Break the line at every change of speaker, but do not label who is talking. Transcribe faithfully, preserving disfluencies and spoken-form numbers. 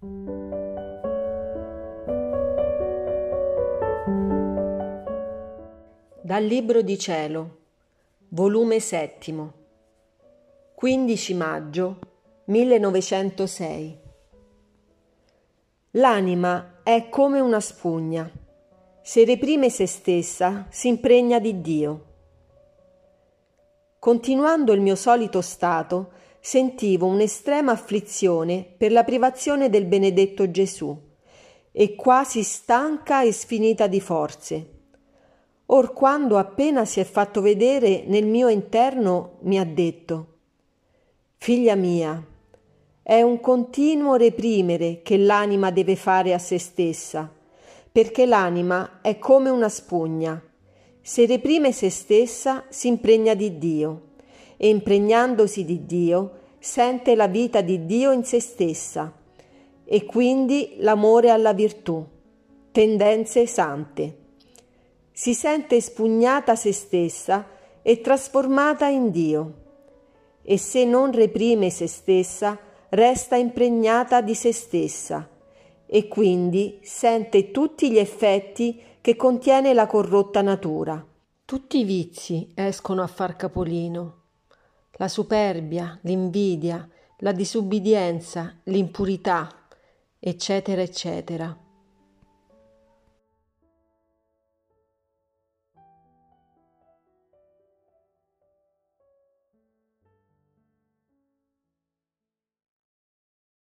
Dal Libro di Cielo, volume settimo, quindici maggio millenovecentosei. L'anima è come una spugna. Se reprime se stessa, si impregna di Dio. Continuando il mio solito stato, sentivo un'estrema afflizione per la privazione del benedetto Gesù e quasi stanca e sfinita di forze. Or quando appena si è fatto vedere nel mio interno, mi ha detto: «Figlia mia, è un continuo reprimere che l'anima deve fare a se stessa, perché l'anima è come una spugna. Se reprime se stessa, si impregna di Dio, e impregnandosi di Dio, sente la vita di Dio in se stessa, e quindi l'amore alla virtù, tendenze sante. Si sente spugnata se stessa e trasformata in Dio, e se non reprime se stessa, resta impregnata di se stessa, e quindi sente tutti gli effetti che contiene la corrotta natura. Tutti i vizi escono a far capolino: la superbia, l'invidia, la disubbidienza, l'impurità, eccetera, eccetera.